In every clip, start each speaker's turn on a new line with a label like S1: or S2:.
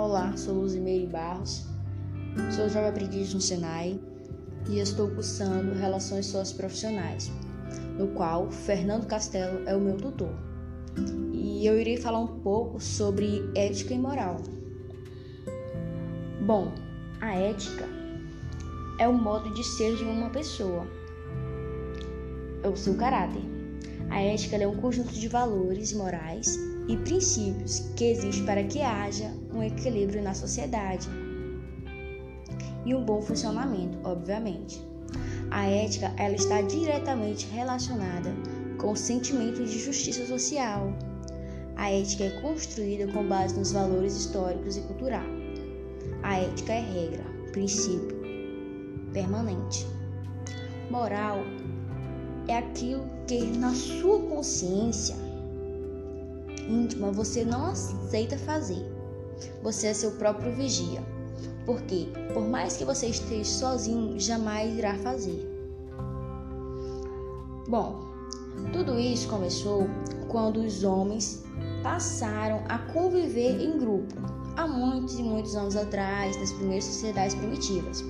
S1: Olá, sou Luzimeire Barros, sou jovem aprendiz no Senai e estou cursando Relações Socioprofissionais, no qual Fernando Castelo é o meu tutor. E eu irei falar um pouco sobre ética e moral. Bom, a ética é o modo de ser de uma pessoa, é o seu caráter. A ética é um conjunto de valores morais e princípios que existe para que haja um equilíbrio na sociedade e um bom funcionamento, obviamente. A ética ela está diretamente relacionada com o sentimento de justiça social. A ética é construída com base nos valores históricos e culturais. A ética é regra, princípio, permanente. Moral é aquilo que na sua consciência íntima você não aceita fazer. Você é seu próprio vigia. Porque, por mais que você esteja sozinho, jamais irá fazer. Bom, tudo isso começou quando os homens passaram a conviver em grupo, há muitos e muitos anos atrás, nas primeiras sociedades primitivas.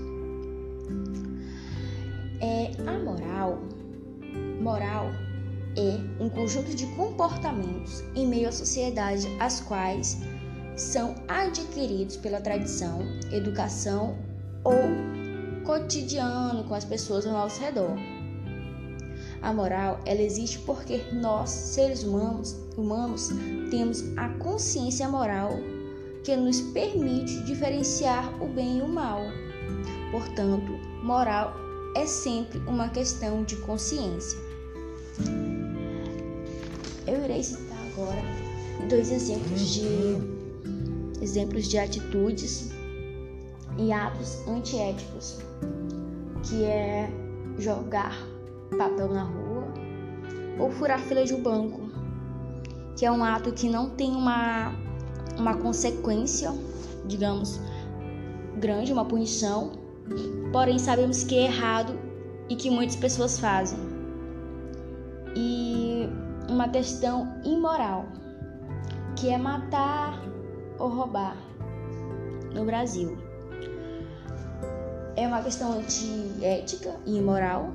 S1: A moral é um conjunto de comportamentos em meio à sociedade, as quais são adquiridos pela tradição, educação ou cotidiano com as pessoas ao nosso redor. A moral, ela existe porque nós, seres humanos, temos a consciência moral que nos permite diferenciar o bem e o mal. Portanto, moral é sempre uma questão de consciência. Eu irei citar agora dois exemplos de atitudes e atos antiéticos, que é jogar papel na rua ou furar fila de um banco, que é um ato que não tem uma consequência, digamos, grande, uma punição, porém sabemos que é errado e que muitas pessoas fazem. E uma questão imoral, que é matar ou roubar no Brasil. É uma questão antiética e imoral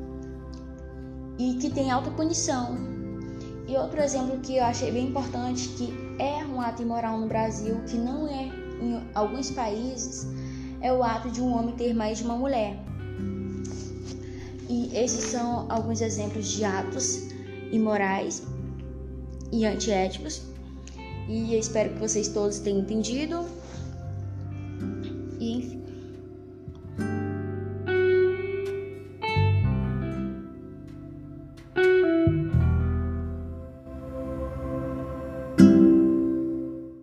S1: e que tem alta punição. E outro exemplo que eu achei bem importante, que é um ato imoral no Brasil, que não é em alguns países, é o ato de um homem ter mais de uma mulher. E esses são alguns exemplos de atos imorais e antiéticos. E eu espero que vocês todos tenham entendido. E enfim.